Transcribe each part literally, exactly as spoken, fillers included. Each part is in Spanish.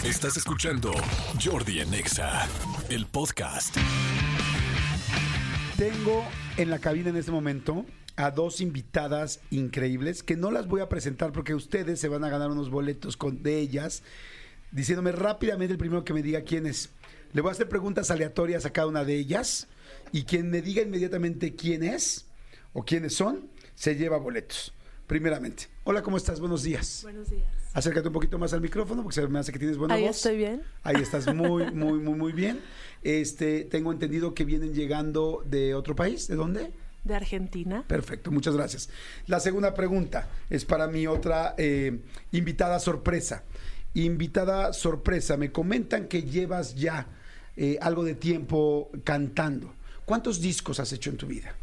Estás escuchando Jordi en Exa, el podcast. Tengo en la cabina en este momento a dos invitadas increíbles que no las voy a presentar porque ustedes se van a ganar unos boletos con, de ellas, diciéndome rápidamente el primero que me diga quién es. Le voy a hacer preguntas aleatorias a cada una de ellas y quien me diga inmediatamente quién es o quiénes son, se lleva boletos. Primeramente. Hola, ¿cómo estás? Buenos días. Buenos días. Acércate un poquito más al micrófono porque se me hace que tienes buena Ahí voz. estoy bien. Ahí estás muy, muy, muy, muy bien. Este, tengo entendido que vienen llegando de otro país. ¿De dónde? De Argentina. Perfecto, muchas gracias. La segunda pregunta es para mi otra eh, invitada sorpresa. Invitada sorpresa, me comentan que llevas ya eh, algo de tiempo cantando. ¿Cuántos discos has hecho en tu vida?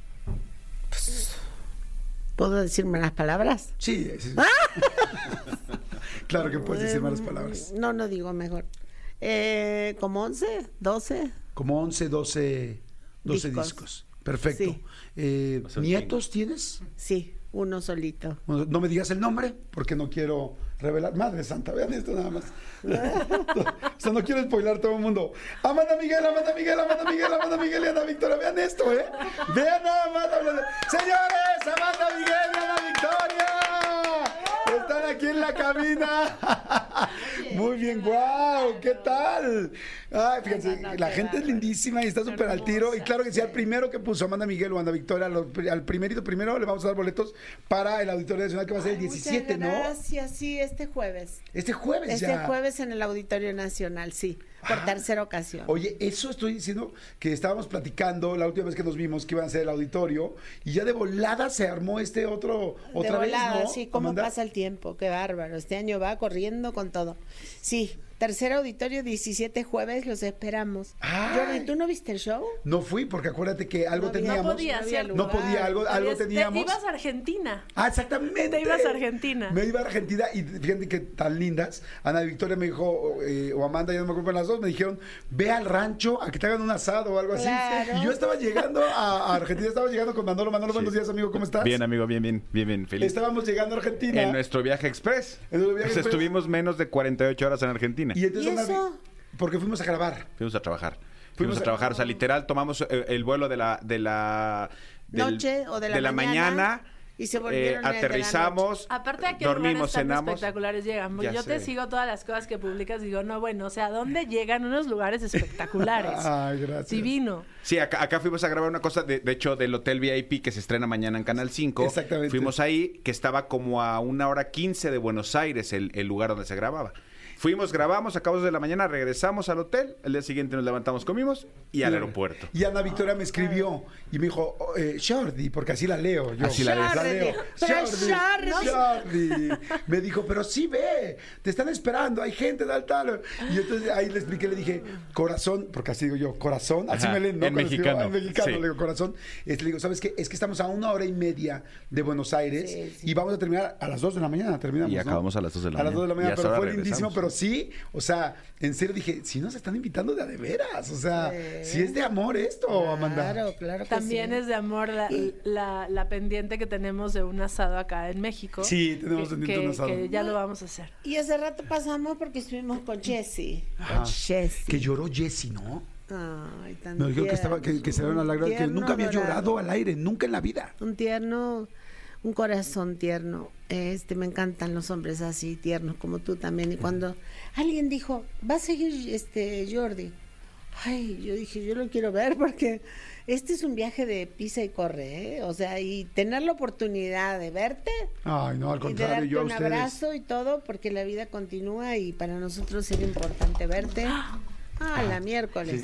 ¿Puedo decirme las palabras? Sí, sí. Claro que puedes decir malas palabras. No, no digo mejor. Eh, ¿Como once, doce? Como once, doce, doce discos. Discos. Perfecto. Sí. Eh, ¿Nietos tienes? Sí, uno solito. Bueno, no me digas el nombre porque no quiero revelar. Madre santa, vean esto nada más. O sea, no quiero spoilar todo el mundo. Amanda Miguel, Amanda Miguel, Amanda Miguel, Amanda Miguel y Ana Victoria. Vean esto, ¿eh? Vean nada más. Señores, Amanda Miguel y Ana Victoria están aquí en la cabina. Muy bien, wow, ¿qué tal? Ay, fíjense, No, no, la qué gente es bárbaro. lindísima y está súper al tiro. Y claro que sí, al primero que puso Amanda Miguel o Ana Victoria, lo- al primerito primero le vamos a dar boletos para el Auditorio Nacional que va a ser el diecisiete, Muchas ¿no? gracias, sí, este jueves. Este jueves Este ya. jueves en el Auditorio Nacional, sí, por Ah. tercera ocasión. Oye, eso estoy diciendo que estábamos platicando la última vez que nos vimos que iban a ser el auditorio y ya de volada se armó este otro otra de vez, volada, ¿no? sí, cómo Amanda? pasa el tiempo, qué bárbaro. Este año va corriendo con todo. Sí, tercer auditorio, diecisiete jueves, los esperamos. Ay. Jordi, ¿tú no viste el show? No fui porque acuérdate que algo No había- teníamos. No podía, había ¿cierto? No podía, algo, algo Habías- te teníamos. ibas a Argentina. Ah, exactamente. Te ibas a Argentina. Me iba a Argentina y fíjate que tan lindas. Ana Victoria me dijo, eh, o Amanda, ya no me acuerdo las dos, me dijeron, ve al rancho a que te hagan un asado o algo así. Claro. Y yo estaba llegando a, a Argentina, estaba llegando con Manolo. Manolo, buenos días, amigo, ¿cómo estás? Bien, amigo, bien, bien, bien, bien, feliz. Estábamos llegando a Argentina. En nuestro viaje express. En nuestro viaje Pues express. estuvimos menos de cuarenta y ocho horas en Argentina. Y entonces ¿Y Ana- eso? porque fuimos a grabar. Fuimos a trabajar. Fuimos Fuimos a- a trabajar, o sea, literal, tomamos eh, el vuelo de la de la del- Noche o de la mañana, mañana, y se volvieron eh, en el de la aterrizamos, Aparte de que dormimos, lugares tan cenamos. espectaculares llegan. Ya Yo te sé. sigo todas las cosas que publicas y digo, no, bueno, o sea, ¿dónde llegan unos lugares espectaculares? Ay, gracias. Divino. Sí, acá, acá fuimos a grabar una cosa, de, de hecho, del Hotel V I P que se estrena mañana en Canal cinco. Exactamente. Fuimos ahí, que estaba como a una hora quince de Buenos Aires, el, el lugar donde se grababa. Fuimos, grabamos, acabamos de la mañana, regresamos al hotel, el día siguiente nos levantamos, comimos y al aeropuerto. Y Ana Victoria me escribió y me dijo, oh, eh, Jordi, porque así la leo yo. Así la lees. La leo. Pero Jordi, Jordi. Jordi. Me dijo, pero sí ve, te están esperando, hay gente tal, tal. Y entonces ahí le expliqué, le dije, corazón, porque así digo yo, corazón, así Ajá, me leen, ¿no? en Cuando escribo, mexicano, en mexicano, sí. le digo, corazón. Este, le digo, ¿sabes qué? Es que estamos a una hora y media de Buenos Aires Sí, sí. y vamos a terminar a las dos de la mañana, terminamos, Y ¿no? acabamos a las dos de la A las dos de la mañana. mañana, Y pero hasta fue ahora lindísimo, regresamos. pero sí, o sea, en serio dije, si nos están invitando de a de veras, o sea, Sí. si es de amor esto, Amanda. Claro, claro que También sí. es de amor la, la, la pendiente que tenemos de un asado acá en México. Sí, tenemos que, pendiente que- un asado. que ya lo vamos a hacer. Y hace rato pasamos porque estuvimos con Jessie. Ajá. Con Jessie. Que lloró Jessie, ¿no? Ay, tan Me dijo que estaba, que, que se dieron las lágrimas, que tierno, nunca había adorable. llorado al aire, nunca en la vida. Un tierno, un corazón tierno. Este, me encantan los hombres así, tiernos como tú también. Y cuando alguien dijo, va a seguir este Jordi. Ay, yo dije, yo lo quiero ver porque este es un viaje de pisa y corre, ¿eh? O sea, y tener la oportunidad de verte Ay, no, al y de contrario, darte yo a un ustedes. abrazo y todo, porque la vida continúa y para nosotros era importante verte. Ah, la miércoles. Sí.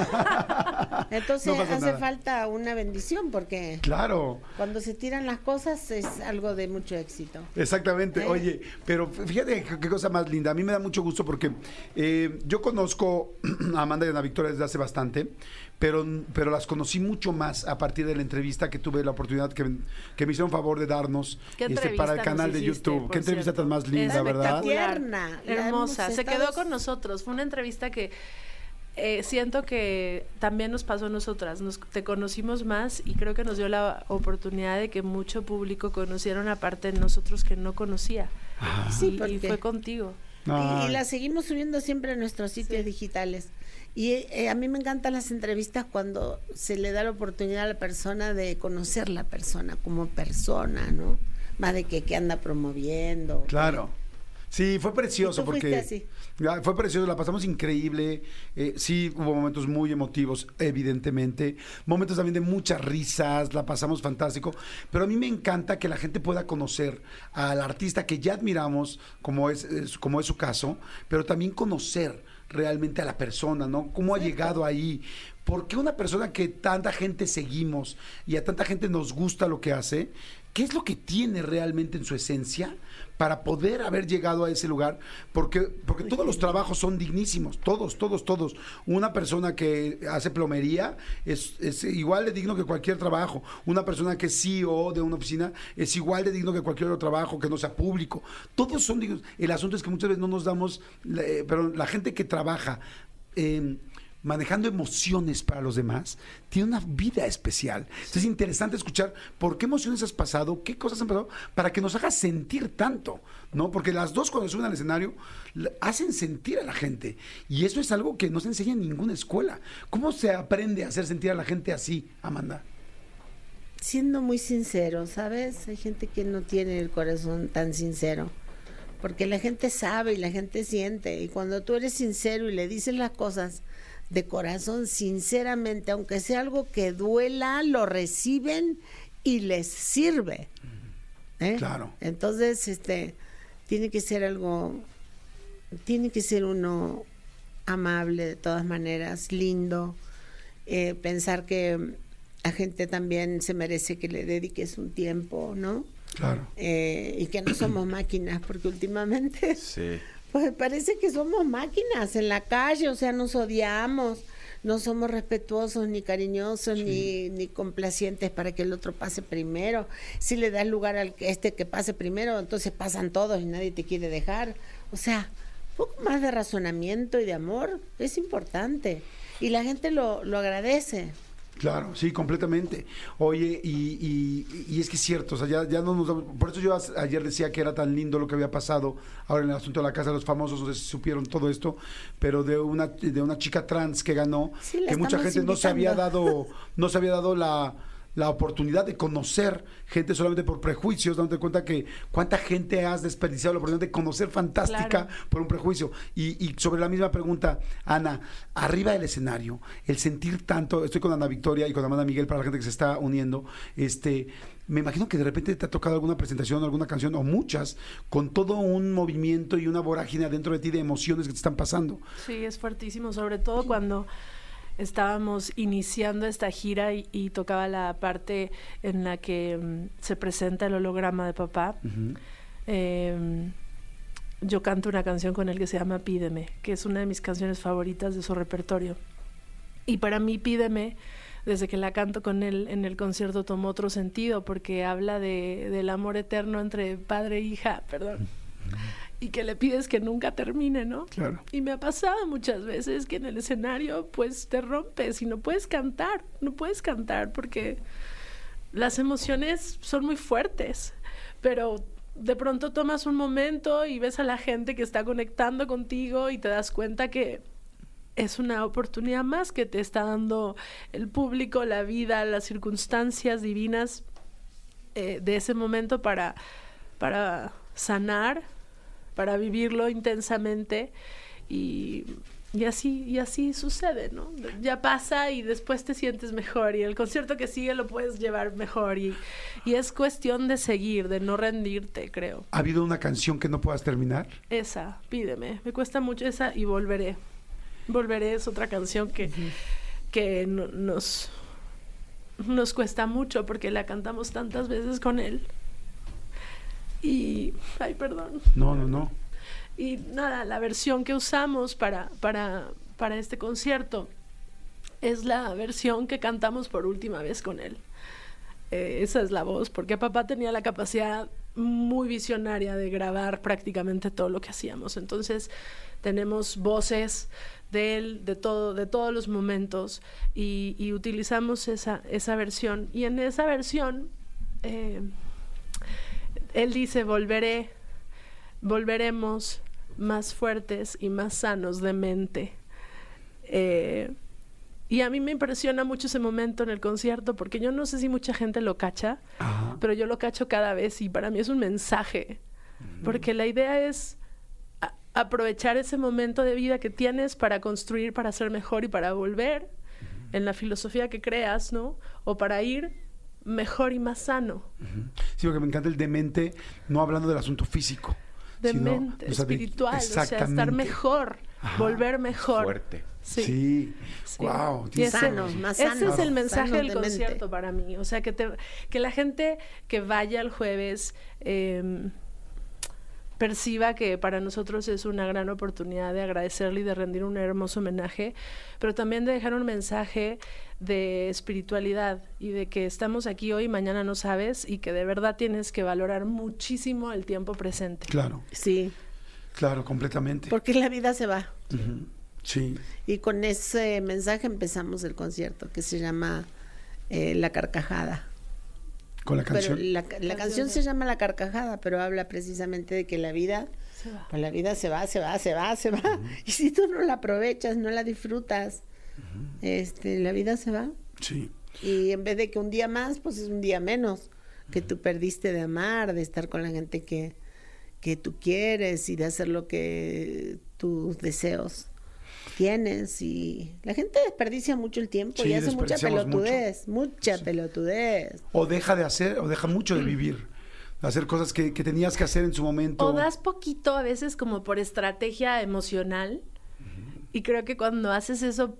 Entonces No pasa hace nada. falta una bendición porque Claro, cuando se tiran las cosas es algo de mucho éxito. exactamente. ¿Eh? Oye, pero fíjate qué, qué cosa más linda. A mí me da mucho gusto porque eh, yo conozco a Amanda y a Ana Victoria desde hace bastante, pero, pero las conocí mucho más a partir de la entrevista que tuve la oportunidad que, que me hicieron favor de darnos ¿Qué este, entrevista para el nos canal de hiciste, YouTube. por Qué entrevista cierto? tan más linda, Es ¿verdad? espectacular, Tierna. La hermosa. hemos Se estado- quedó con nosotros. Fue una entrevista que eh, siento que también nos pasó a nosotras. Nos, te conocimos más y creo que nos dio la oportunidad de que mucho público conociera una parte de nosotros que no conocía. Ah. Sí, y, porque- y fue contigo. Y, y Ay. la seguimos subiendo siempre a nuestros sitios Sí. digitales. Y eh, a mí me encantan las entrevistas cuando se le da la oportunidad a la persona de conocer la persona como persona, ¿no? Más de que, que anda promoviendo. Claro. Sí, fue precioso ¿Y tú fuiste porque así? ya, fue precioso, la pasamos increíble. Eh, sí, hubo momentos muy emotivos, evidentemente. Momentos también de muchas risas, la pasamos fantástico. Pero a mí me encanta que la gente pueda conocer al artista que ya admiramos, como es, es- como es su caso, pero también conocer realmente a la persona, ¿no? ¿Cómo ha llegado ahí? ¿Por qué una persona que tanta gente seguimos y a tanta gente nos gusta lo que hace, qué es lo que tiene realmente en su esencia para poder haber llegado a ese lugar? Porque, porque todos los trabajos son dignísimos, todos, todos, todos. Una persona que hace plomería es, es igual de digno que cualquier trabajo. Una persona que es C E O de una oficina es igual de digno que cualquier otro trabajo que no sea público. Todos son dignos. El asunto es que muchas veces no nos damos, eh, pero la gente que trabaja eh, manejando emociones para los demás, tiene una vida especial. Entonces es interesante escuchar por qué emociones has pasado, qué cosas han pasado, para que nos hagas sentir tanto, ¿no? Porque las dos cuando suben al escenario la- hacen sentir a la gente. Y eso es algo que no se enseña en ninguna escuela. ¿Cómo se aprende a hacer sentir a la gente así, Amanda? Siendo muy sincero, ¿sabes? Hay gente que no tiene el corazón tan sincero, porque la gente sabe y la gente siente, y cuando tú eres sincero y le dices las cosas de corazón, sinceramente, aunque sea algo que duela, lo reciben y les sirve. ¿eh? Claro. Entonces, este, tiene que ser algo, tiene que ser uno amable de todas maneras, lindo, eh, pensar que la gente también se merece que le dediques un tiempo, ¿no? Claro. Eh, y que no somos máquinas, porque últimamente Sí. pues parece que somos máquinas en la calle, o sea, nos odiamos, no somos respetuosos, ni cariñosos, ni, ni complacientes para que el otro pase primero. Si le das lugar al que este que pase primero, entonces pasan todos y nadie te quiere dejar. O sea, un poco más de razonamiento y de amor es importante. Y la gente lo, lo agradece. Claro, sí, completamente. Oye, y, y- y es que es cierto, o sea, ya, ya no nos damos- por eso yo as- ayer decía que era tan lindo lo que había pasado ahora en el asunto de la Casa de los Famosos, no sé si supieron todo esto, pero de una, de una chica trans que ganó, Sí, la que mucha estamos gente no se había invitando. dado, no se había dado la, la oportunidad de conocer gente solamente por prejuicios, dándote cuenta que cuánta gente has desperdiciado la oportunidad de conocer fantástica Claro. por un prejuicio. Y, y sobre la misma pregunta, Ana, arriba del escenario, el sentir tanto, estoy con Ana Victoria y con Amanda Miguel para la gente que se está uniendo, este, me imagino que de repente te ha tocado alguna presentación, alguna canción o muchas, con todo un movimiento y una vorágine dentro de ti de emociones que te están pasando. Sí, es fuertísimo, sobre todo cuando estábamos iniciando esta gira y, y tocaba la parte en la que mm, se presenta el holograma de papá. Ujú. Eh, yo canto una canción con él que se llama Pídeme, que es una de mis canciones favoritas de su repertorio. Y para mí Pídeme, desde que la canto con él en el concierto, tomó otro sentido, porque habla de, del amor eterno entre padre e hija, perdón, y que le pides que nunca termine, ¿no? Claro. Y me ha pasado muchas veces que en el escenario pues te rompes y no puedes cantar, no puedes cantar porque las emociones son muy fuertes, pero de pronto tomas un momento y ves a la gente que está conectando contigo y te das cuenta que es una oportunidad más que te está dando el público, la vida, las circunstancias divinas eh, de ese momento para, para sanar, para vivirlo intensamente y, y así y así sucede, ¿no? Ya pasa y después te sientes mejor y el concierto que sigue lo puedes llevar mejor y, y es cuestión de seguir, de no rendirte, creo. ¿Ha habido una canción que no puedas terminar? Esa, Pídeme, me cuesta mucho esa y Volveré. Volveré es otra canción que, que no- nos, nos cuesta mucho porque la cantamos tantas veces con él. Y, ay, perdón. No, no, no. Y nada, la versión que usamos para, para, para este concierto es la versión que cantamos por última vez con él. Eh, esa es la voz, porque papá tenía la capacidad muy visionaria de grabar prácticamente todo lo que hacíamos. Entonces tenemos voces de él, de todo, de todos los momentos, y, y utilizamos esa, esa versión. Y en esa versión eh, él dice volveré, volveremos, más fuertes y más sanos de mente. Eh, y a mí me impresiona mucho ese momento en el concierto, porque yo no sé si mucha gente lo cacha, Ajá. pero yo lo cacho cada vez y para mí es un mensaje, porque la idea es a- aprovechar ese momento de vida que tienes para construir, para ser mejor y para volver en la filosofía que creas, ¿no? O para ir mejor y más sano. Sí, porque me encanta el demente, no hablando del asunto físico. De sino, mente, o sea, de- espiritual, o sea, estar exactamente. mejor, Ajá. volver mejor. Fuerte. Sí. Sí. Sí. Wow. Y tienes ese- toda la Sanos, razón. más Ese sanos. es el mensaje sanos del de mente. concierto para mí. O sea, que, te, que la gente que vaya el jueves eh, perciba que para nosotros es una gran oportunidad de agradecerle y de rendir un hermoso homenaje, pero también de dejar un mensaje de espiritualidad y de que estamos aquí hoy y mañana no sabes, y que de verdad tienes que valorar muchísimo el tiempo presente. Claro, Sí, claro, completamente. porque la vida se va. Ujú. Sí. Y con ese mensaje empezamos el concierto, que se llama eh, La Carcajada. Con la Pero canción. la, la canción se llama La Carcajada, pero habla precisamente de que la vida, Se va. pues la vida se va, se va, se va, se va. Y si tú no la aprovechas, no la disfrutas, este, la vida se va. Sí. Y en vez de que un día más, pues es un día menos que tú perdiste de amar, de estar con la gente que, que tú quieres y de hacer lo que tus deseos tienes. Y la gente desperdicia mucho el tiempo Sí, y hace mucha desperdiciamos pelotudez, mucha pelotudez. O deja de hacer, o deja mucho de vivir. De hacer cosas que, que tenías que hacer en su momento. O das poquito a veces como por estrategia emocional, y creo que cuando haces eso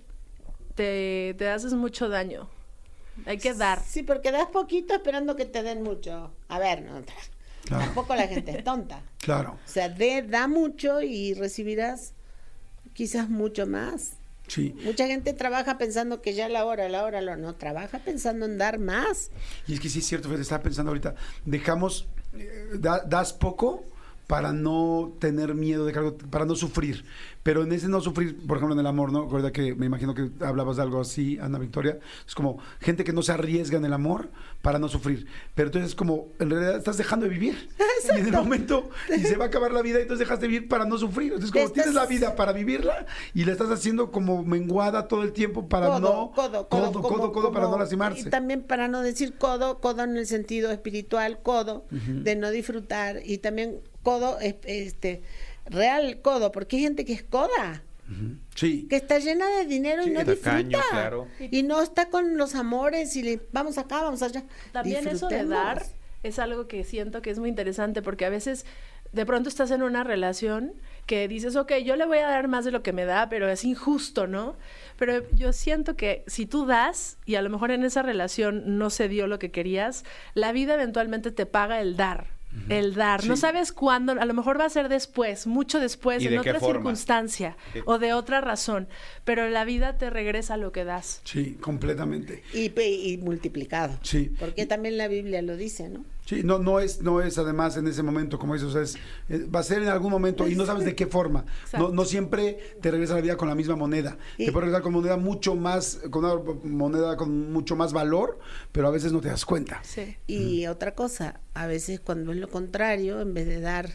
te, te haces mucho daño. Hay que dar. Sí, porque das poquito esperando que te den mucho. A ver, no, Claro. tampoco la gente es tonta. Claro. O sea, de, da mucho y recibirás quizás mucho más. Sí. Mucha gente trabaja pensando que ya la hora, la hora, lo no, trabaja pensando en dar más. Y es que sí es cierto, Fede, estaba pensando ahorita, dejamos, eh, da- das poco para no tener miedo de algo, para no sufrir. Pero en ese no sufrir, por ejemplo, en el amor, ¿no? Recuerda que me imagino que hablabas de algo así, Ana Victoria. Es como gente que no se arriesga en el amor para no sufrir. Pero entonces es como, en realidad estás dejando de vivir. Y en el momento, y se va a acabar la vida, y entonces dejas de vivir para no sufrir. Entonces como Estás- tienes la vida para vivirla y la estás haciendo como menguada todo el tiempo para Codo, no... codo, codo, codo, como- codo, codo, para como- no lastimarse. Y también para no decir codo, codo en el sentido espiritual, codo, de no disfrutar. Y también codo, es- este, real codo, porque hay gente que es coda, Sí. que está llena de dinero y Sí, no tacaño, disfruta. claro. Y no está con los amores y le vamos acá, vamos allá. También eso de Disfrutemos. dar es algo que siento que es muy interesante, porque a veces de pronto estás en una relación que dices, ok, yo le voy a dar más de lo que me da, pero es injusto, ¿no? Pero yo siento que si tú das y a lo mejor en esa relación no se dio lo que querías, la vida eventualmente te paga el dar. El dar, no Sí. sabes cuándo, a lo mejor va a ser después, mucho después, ¿Y en de qué otra forma? circunstancia Sí. o de otra razón, pero la vida te regresa lo que das. Sí, completamente. Y, pe- y multiplicado. Sí. Porque también la Biblia lo dice, ¿no? Sí, no, no es, no es además en ese momento, como dices, o sea, es, eh, va a ser en algún momento y no sabes de qué forma. No, Exacto. no siempre te regresa la vida con la misma moneda. Y- Te puede regresar con moneda mucho más, con una moneda con mucho más valor, pero a veces no te das cuenta. Sí. Y otra cosa, a veces cuando es lo contrario, en vez de dar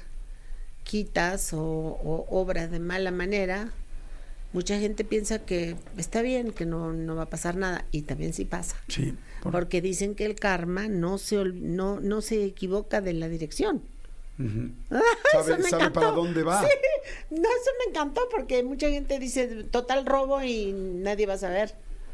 quitas o, o obras de mala manera, mucha gente piensa que está bien, que no, no va a pasar nada, y también sí pasa. Sí. por- Porque dicen que el karma no se, ol- no, no se equivoca de la dirección. Ujú. Ah, Sabe- eso me sabe encantó. para dónde va. Sí, no, eso me encantó porque mucha gente dice total robo y nadie va a saber.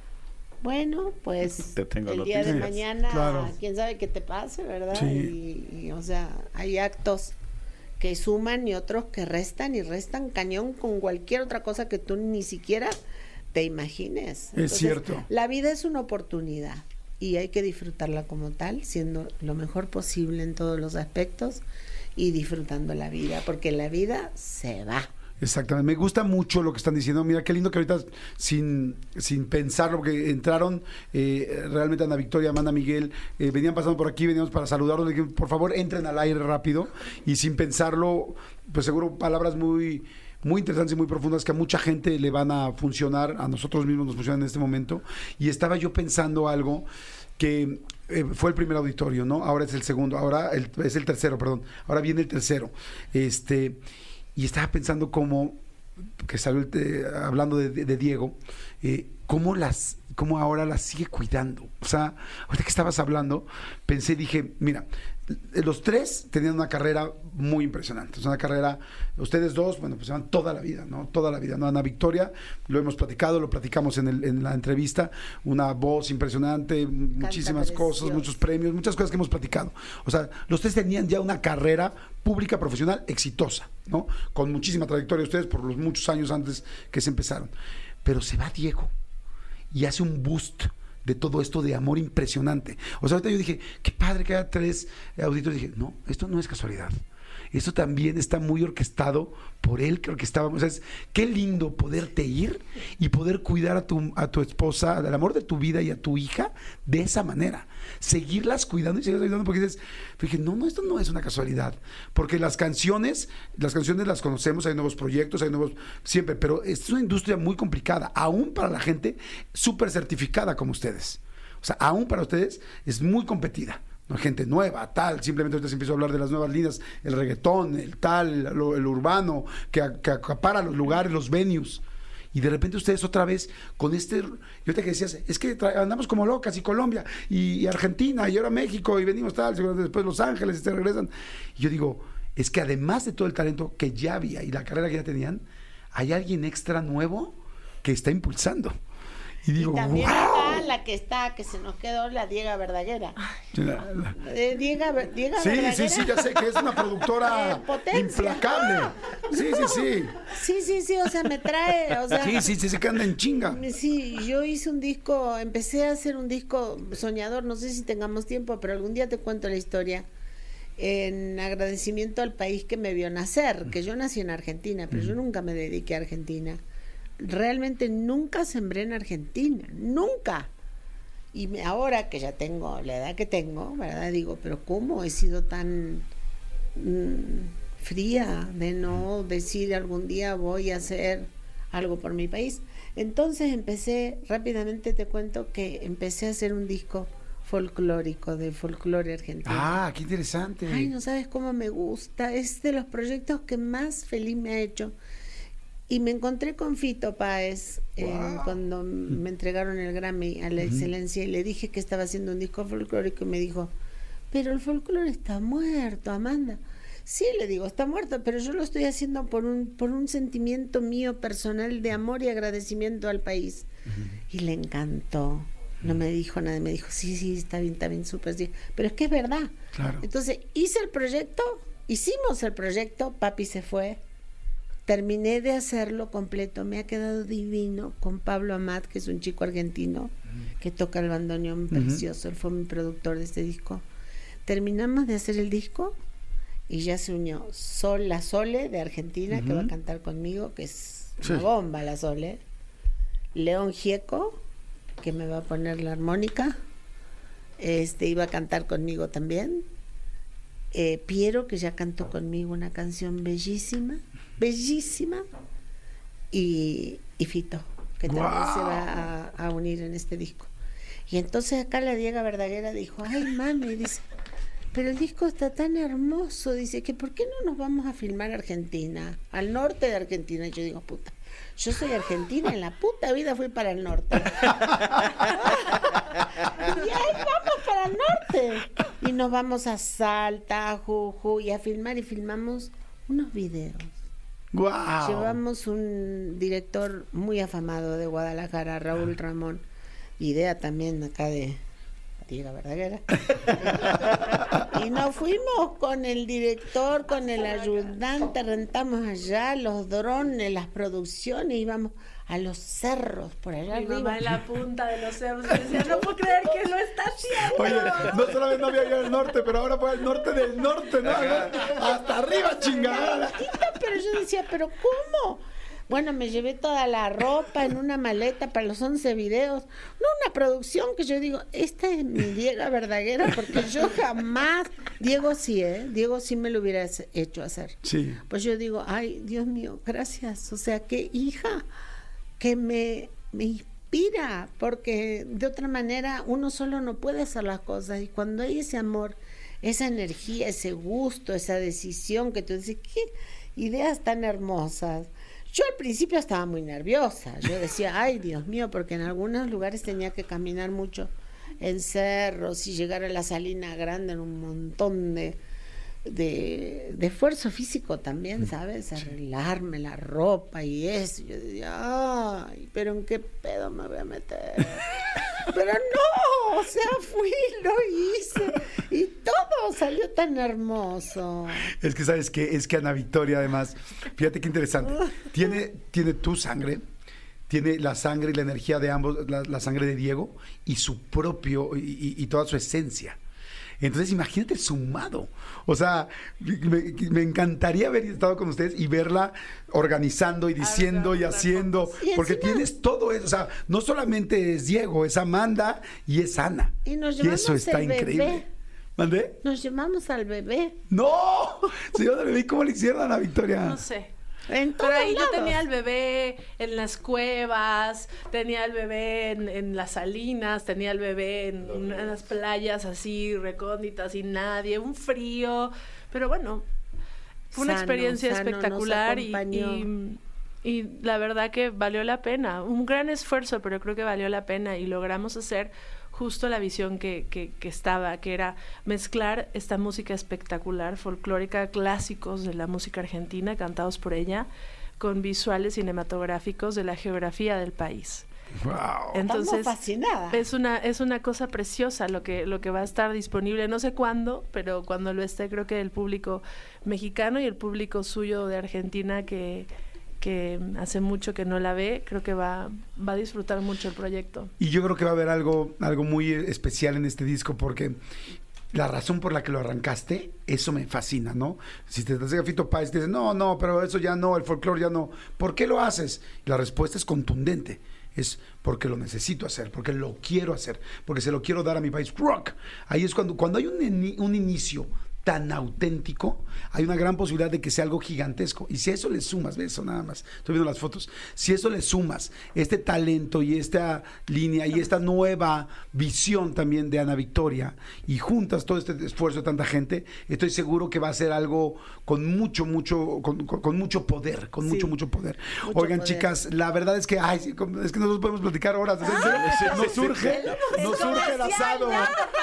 Bueno, pues Te tengo el día de noticias. mañana, Claro. quién sabe qué te pase, ¿verdad? Sí. Y, y, o sea, hay actos que suman y otros que restan y restan cañón con cualquier otra cosa que tú ni siquiera te imagines. Es cierto. La vida es una oportunidad y hay que disfrutarla como tal, siendo lo mejor posible en todos los aspectos y disfrutando la vida, porque la vida se va. Exactamente, me gusta mucho lo que están diciendo. Mira, qué lindo que ahorita, sin, sin pensarlo, porque entraron eh, realmente Ana Victoria, Amanda Miguel, eh, venían pasando por aquí, veníamos para saludarlos, le dije, por favor, entren al aire rápido, y sin pensarlo, pues seguro palabras muy, muy interesantes y muy profundas que a mucha gente le van a funcionar, a nosotros mismos nos funcionan en este momento. Y estaba yo pensando algo que eh, fue el primer auditorio, ¿no? Ahora es el segundo, ahora el- es el tercero, perdón, ahora viene el tercero. Este... y estaba pensando cómo, que salió el te- hablando de, de- de Diego, eh, cómo las, cómo ahora las sigue cuidando. O sea, ahorita que estabas hablando, pensé, dije, mira, los tres tenían una carrera muy impresionante. Es una carrera, ustedes dos, bueno, pues llevan toda la vida, ¿no? Toda la vida, ¿no? Ana Victoria, lo hemos platicado, lo platicamos en, el, en la entrevista, una voz impresionante, muchísimas precioso. cosas, muchos premios, muchas cosas que hemos platicado. O sea, los tres tenían ya una carrera pública, profesional, exitosa, ¿no? Con muchísima trayectoria ustedes por los muchos años antes que se empezaron. Pero se va Diego y hace un boost de todo esto de amor impresionante. O sea, ahorita yo dije, qué padre que haya tres auditores. Dije, no, esto no es casualidad. Esto también está muy orquestado por él, que orquestábamos. O sea, es, qué lindo poderte ir y poder cuidar a tu, a tu esposa, al amor de tu vida y a tu hija de esa manera. Seguirlas cuidando y seguirlas cuidando, porque dices, dije, no, no, esto no es una casualidad. Porque las canciones, las canciones las conocemos, hay nuevos proyectos, hay nuevos, siempre, pero es una industria muy complicada, aún para la gente súper certificada como ustedes. O sea, aún para ustedes es muy competida. No, gente nueva, tal, simplemente ahorita se empieza a hablar de las nuevas líneas, el reggaetón, el tal, lo- el urbano, que, a- que acapara los lugares, los venues. Y de repente ustedes otra vez con este, yo ahorita que decías, es que tra- andamos como locas y Colombia y, y Argentina y ahora México y venimos tal, después Los Ángeles y se regresan. Y yo digo, es que además de todo el talento que ya había y la carrera que ya tenían, hay alguien extra nuevo que está impulsando. Y digo, Y también ¡wow! está la que está, que se nos quedó, la Diega Verdaguera. La- la- Eh, Diega, Ver- Diega Sí, Verdaguera. sí, sí, ya sé que es una productora Eh, potencia. implacable. Sí, sí, sí. Sí, sí, sí, o sea, me trae, o sea... Sí, sí, sí, se que anda en chinga. Sí, yo hice un disco, empecé a hacer un disco soñador, no sé si tengamos tiempo, pero algún día te cuento la historia, en agradecimiento al país que me vio nacer, que yo nací en Argentina, pero yo nunca me dediqué a Argentina. Realmente nunca sembré en Argentina, nunca. Y me- ahora que ya tengo la edad que tengo, ¿verdad? Digo, pero ¿cómo he sido tan mm, fría de no decir algún día voy a hacer algo por mi país? Entonces empecé, rápidamente te cuento que empecé a hacer un disco folclórico, de folclore argentino. Ah, qué interesante. Ay, no sabes cómo me gusta, es de los proyectos que más feliz me ha hecho. Y me encontré con Fito Páez eh, Wow. cuando me entregaron el Grammy a la excelencia y le dije que estaba haciendo un disco folclórico y me dijo, pero el folclore está muerto, Amanda. Sí, le digo, está muerto, pero yo lo estoy haciendo por un, por un sentimiento mío personal de amor y agradecimiento al país. Y le encantó. No me dijo nada, me dijo, sí, sí, está bien, está bien, súper, sí. Pero es que es verdad. Claro. Entonces hice el proyecto, hicimos el proyecto, papi se fue. Terminé de hacerlo completo, me ha quedado divino con Pablo Amat, que es un chico argentino que toca el bandoneón precioso, él fue mi productor de este disco. Terminamos de hacer el disco y ya se unió Sol, la Sole de Argentina, que va a cantar conmigo, que es Sí. una bomba la Sole. León Gieco, que me va a poner la armónica, este iba a cantar conmigo también. Eh, Piero, que ya cantó conmigo una canción bellísima, bellísima, y, y Fito, que también ¡Guau! se va a, a unir en este disco. Y entonces acá la Diega Verdaguera dijo, ay mami, dice, pero el disco está tan hermoso, dice, que ¿por qué no nos vamos a filmar a Argentina, al norte de Argentina? Y yo digo, puta, yo soy argentina, en la puta vida fui para el norte. Y ahí vamos para el norte. Y nos vamos a Salta, a Jujuy, a filmar y filmamos unos videos. Wow. Llevamos un director muy afamado de Guadalajara, Raúl Ramón, idea también acá de Diega Verdaguera. Y nos fuimos con el director, con el ayudante, rentamos allá los drones, las producciones, íbamos a los cerros por allá Mi arriba. mamá en la punta de los cerros me decía, no puedo creer que lo está haciendo. Oye, no solamente no había ido al norte, pero ahora fue al norte del norte, ¿no? Hasta arriba, chingada. Pero yo decía, ¿pero cómo? Bueno, me llevé toda la ropa en una maleta para los once videos. No, una producción que yo digo, esta es mi Diega Verdaguera, porque yo jamás, Diego sí, ¿eh? Diego sí me lo hubiera hecho hacer. Sí. Pues yo digo, ay, Dios mío, gracias. O sea, qué hija que me, me inspira, porque de otra manera uno solo no puede hacer las cosas. Y cuando hay ese amor, esa energía, ese gusto, esa decisión que tú dices, ¿qué? ideas tan hermosas. Yo al principio estaba muy nerviosa, yo decía, ay Dios mío, porque en algunos lugares tenía que caminar mucho en cerros y llegar a la Salina Grande en un montón de, de, de esfuerzo físico también, ¿sabes? Arreglarme la ropa y eso. Yo decía, ay, pero ¿en qué pedo me voy a meter? Pero no, o sea, fui, lo hice y todo salió tan hermoso. Es que, ¿sabes qué? Es que Ana Victoria, además, fíjate qué interesante, tiene, tiene tu sangre, tiene la sangre y la energía de ambos, la, la sangre de Diego y su propio, y, y, y toda su esencia. Entonces, imagínate el sumado. O sea, me, me encantaría haber estado con ustedes y verla organizando y diciendo y haciendo. Y porque encima, tienes todo eso. O sea, no solamente es Diego, es Amanda y es Ana. Y nos Y llevamos eso está el bebé. increíble. ¿Mandé? Nos llamamos al bebé. ¡No! Señor del bebé, ¿cómo le hicieron a Ana Victoria? No sé. En Pero ahí todos yo tenía lados. al bebé en las cuevas, tenía al bebé en, en las salinas, tenía al bebé en unas playas así recónditas y nadie, un frío. Pero bueno, fue una Sano, experiencia sano, nos espectacular y, acompañó. y, y la verdad que valió la pena. Un gran esfuerzo, pero creo que valió la pena y logramos hacer justo la visión que, que, que estaba, que era mezclar esta música espectacular, folclórica, clásicos de la música argentina, cantados por ella, con visuales cinematográficos de la geografía del país. ¡Wow! Entonces, Estamos fascinadas. es una, es una cosa preciosa lo que, lo que va a estar disponible, no sé cuándo, pero cuando lo esté, creo que el público mexicano y el público suyo de Argentina que que hace mucho que no la ve, creo que va, va a disfrutar mucho el proyecto. Y yo creo que va a haber algo, algo muy especial en este disco porque la razón por la que lo arrancaste, eso me fascina, ¿no? Si te das a Fito Páez, te dicen, no, no, pero eso ya no, el folclore ya no. ¿Por qué lo haces? Y la respuesta es contundente. Es porque lo necesito hacer, porque lo quiero hacer, porque se lo quiero dar a mi país. Rock. Ahí es cuando, cuando hay un, ini- un inicio tan auténtico, hay una gran posibilidad de que sea algo gigantesco. Y si a eso le sumas, ve eso nada más, estoy viendo las fotos, si a eso le sumas este talento y esta línea y esta nueva visión también de Ana Victoria y juntas todo este esfuerzo de tanta gente, estoy seguro que va a ser algo con mucho, mucho, con, con- con mucho poder, con Sí. mucho, mucho poder. Mucho Oigan, poder. chicas, la verdad es que, ay, sí, como- es que nosotros podemos platicar horas. ¿En serio? Nos surge, nos surge el asado.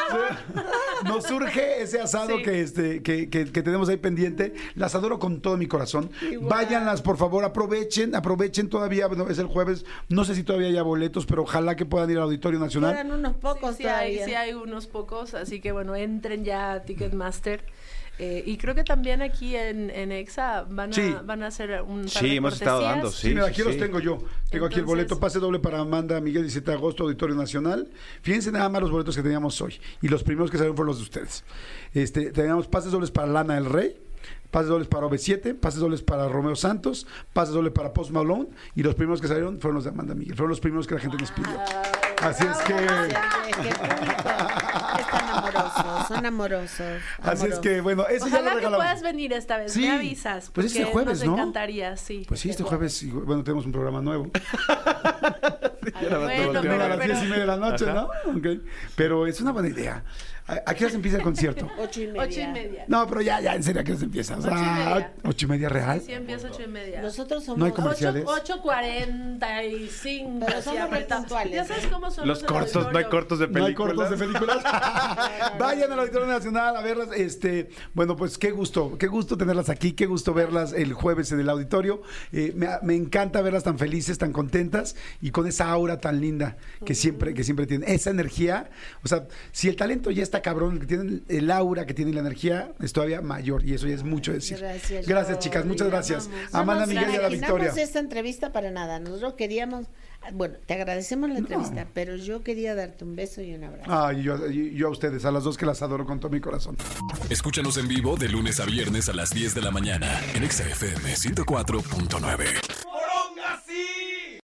Nos surge ese asado Sí. que, este, que, que- que tenemos ahí pendiente. Las adoro con todo mi corazón. Igual. Váyanlas, por favor, aprovechen, aprovechen todavía, bueno, es el jueves, no sé si todavía haya boletos, pero ojalá que puedan ir al Auditorio Nacional. Quedan unos pocos Sí, sí hay, todavía. sí hay unos pocos, así que bueno, entren ya a Ticketmaster. Eh, y creo que también aquí en, en EXA van a, Sí. van a hacer un par Sí, de hemos estado cortesías. dando, Sí, sí. mira, sí, aquí los sí. tengo yo. Tengo aquí el Entonces- boleto, pase doble para Amanda Miguel, diecisiete de agosto, Auditorio Nacional. Fíjense nada más los boletos que teníamos hoy. Y los primeros que salieron fueron los de ustedes. Este, teníamos pases dobles para Lana del Rey, pases dobles para O V siete, pases dobles para Romeo Santos, pases dobles para Post Malone. Y los primeros que salieron fueron los de Amanda Miguel. Fueron los primeros que la gente nos pidió. Así es que... Siempre, que el público es tan amoroso, son amorosos. Así es amorosos. que, bueno, eso ya lo Ojalá que regalamos. puedas venir esta vez, Sí. me avisas. Pues este porque jueves, nos ¿no? encantaría, sí. Pues sí, este jueves, y, bueno, tenemos un programa nuevo. Ah, bueno, Bueno, Pero a las pero- diez y media de la noche, ¿no? Ok. Pero es una buena idea. ¿A, a qué hora se empieza el concierto? Ocho y media. Ocho y media. No, pero ya, ya, en serio, ¿a qué hora se empieza? O sea, Ocho y media. ¿Ocho y media real? Sí, empieza ocho y media. Nosotros somos No hay comerciales. ocho cuarenta y cinco. Pero así somos muy apretados. puntuales, Ya sabes ¿eh? cómo son Los del cortos, no hay auditorio. cortos de No hay películas. cortos de películas. Vayan al Auditorio Nacional a verlas. Este, bueno, pues qué gusto, qué gusto tenerlas aquí, qué gusto verlas el jueves en el auditorio. Eh, me, me encanta verlas tan felices, tan contentas y con esa aura tan linda que siempre, que siempre tienen. Esa energía, o sea, si el talento ya está cabrón, el que tienen el aura que tienen la energía es todavía mayor y eso ya es mucho decir. Gracias, Gracias, chicas, Jordi, muchas gracias. amamos. Amanda, No nos Miguel y a la imaginamos Victoria. esta entrevista para nada. Nosotros queríamos, bueno, te agradecemos la entrevista, pero yo quería darte un beso y un abrazo. Ay, yo, yo, yo a ustedes, a las dos que las adoro con todo mi corazón. Escúchanos en vivo de lunes a viernes a las diez de la mañana en Exa F M ciento cuatro punto nueve.